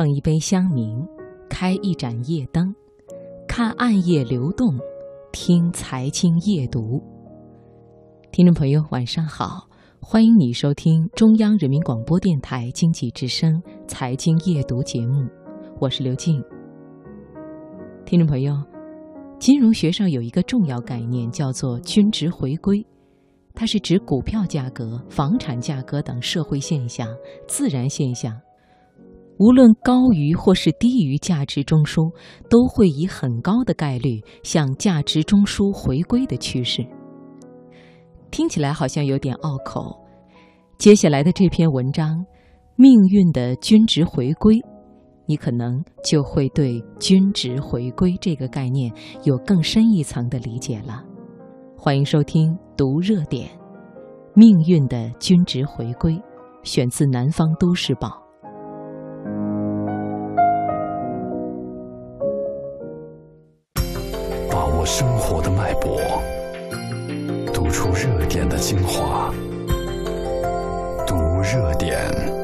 碰一杯香茗，开一盏夜灯，看暗夜流动，听财经夜读。听众朋友晚上好，欢迎你收听中央人民广播电台经济之声财经夜读节目，我是刘静。听众朋友，金融学上有一个重要概念叫做均值回归，它是指股票价格、房产价格等社会现象、自然现象，无论高于或是低于价值中枢，都会以很高的概率向价值中枢回归的趋势。听起来好像有点拗口，接下来的这篇文章《命运的均值回归》，你可能就会对均值回归这个概念有更深一层的理解了。欢迎收听读热点，《命运的均值回归》，选自南方都市报。 把握生活的脉搏，读出热点的精华，读热点。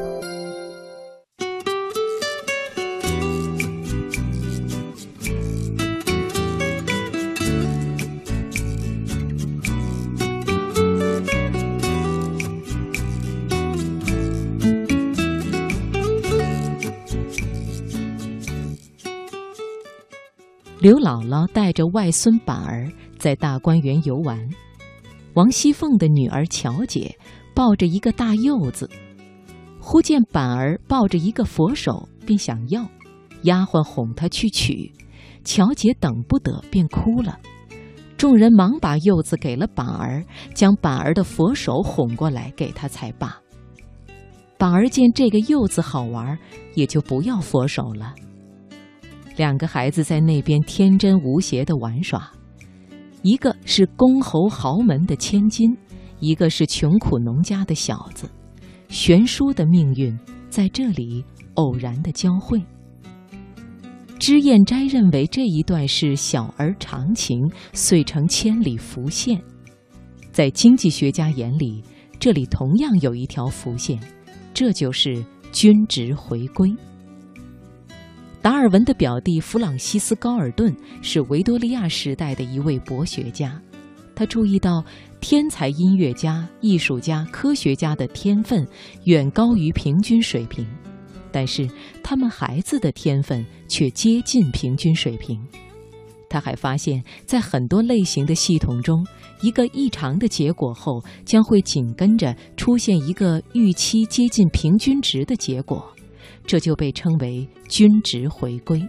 刘姥姥带着外孙板儿在大观园游玩，王熙凤的女儿乔姐抱着一个大柚子，忽见板儿抱着一个佛手，便想要，丫鬟哄她去取，乔姐等不得，便哭了。众人忙把柚子给了板儿，将板儿的佛手哄过来给她才罢。板儿见这个柚子好玩，也就不要佛手了。两个孩子在那边天真无邪地玩耍，一个是公侯豪门的千金，一个是穷苦农家的小子，悬殊的命运在这里偶然的交汇。脂砚斋认为这一段是小儿长情，遂成千里浮线。在经济学家眼里，这里同样有一条浮线，这就是均值回归。达尔文的表弟弗朗西斯·高尔顿是维多利亚时代的一位博学家，他注意到天才音乐家、艺术家、科学家的天分远高于平均水平，但是他们孩子的天分却接近平均水平。他还发现，在很多类型的系统中，一个异常的结果后，将会紧跟着出现一个预期接近平均值的结果，这就被称为均值回归。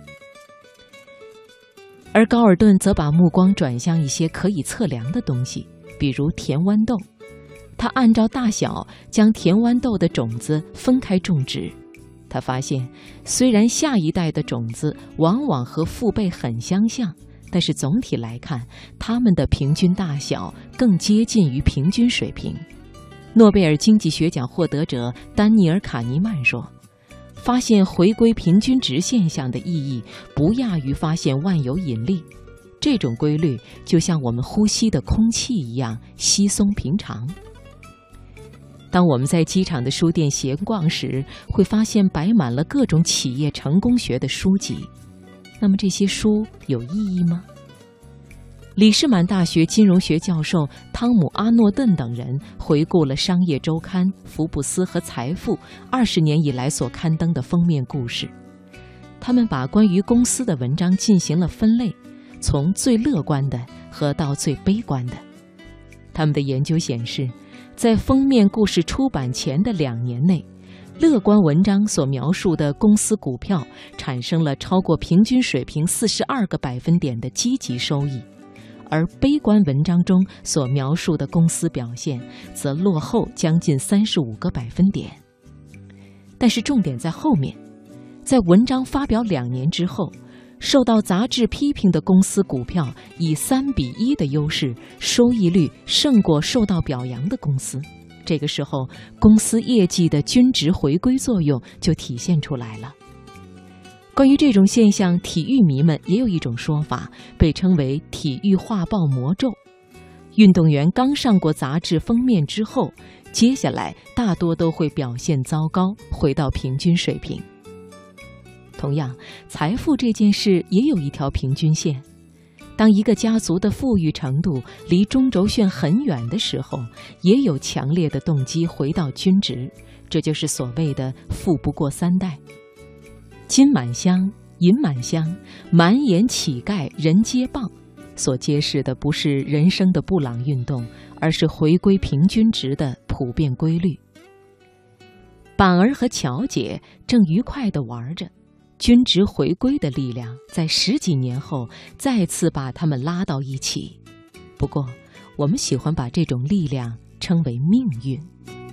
而高尔顿则把目光转向一些可以测量的东西，比如甜豌豆。他按照大小将甜豌豆的种子分开种植。他发现，虽然下一代的种子往往和父辈很相像，但是总体来看，它们的平均大小更接近于平均水平。诺贝尔经济学奖获得者丹尼尔·卡尼曼说，发现回归平均值现象的意义不亚于发现万有引力，这种规律就像我们呼吸的空气一样稀松平常。当我们在机场的书店闲逛时，会发现摆满了各种企业成功学的书籍，那么这些书有意义吗？里士满大学金融学教授汤姆·阿诺顿等人回顾了《商业周刊》、福布斯和财富20年以来所刊登的封面故事。他们把关于公司的文章进行了分类，从最乐观的和到最悲观的。他们的研究显示，在封面故事出版前的2年内，乐观文章所描述的公司股票产生了超过平均水平42个百分点的积极收益，而悲观文章中所描述的公司表现则落后将近35个百分点。但是重点在后面，在文章发表2年之后，受到杂志批评的公司股票以3:1的优势，收益率胜过受到表扬的公司。这个时候，公司业绩的均值回归作用就体现出来了。关于这种现象，体育迷们也有一种说法，被称为体育画报魔咒。运动员刚上过杂志封面之后，接下来大多都会表现糟糕，回到平均水平。 同样，财富这件事也有一条平均线。当一个家族的富裕程度离中轴线很远的时候，也有强烈的动机回到均值，这就是所谓的富不过3代。金满箱，银满箱，满眼乞丐人皆谤，所揭示的不是人生的布朗运动，而是回归平均值的普遍规律。板儿和乔姐正愉快地玩着，均值回归的力量在10几年后再次把他们拉到一起。不过，我们喜欢把这种力量称为命运。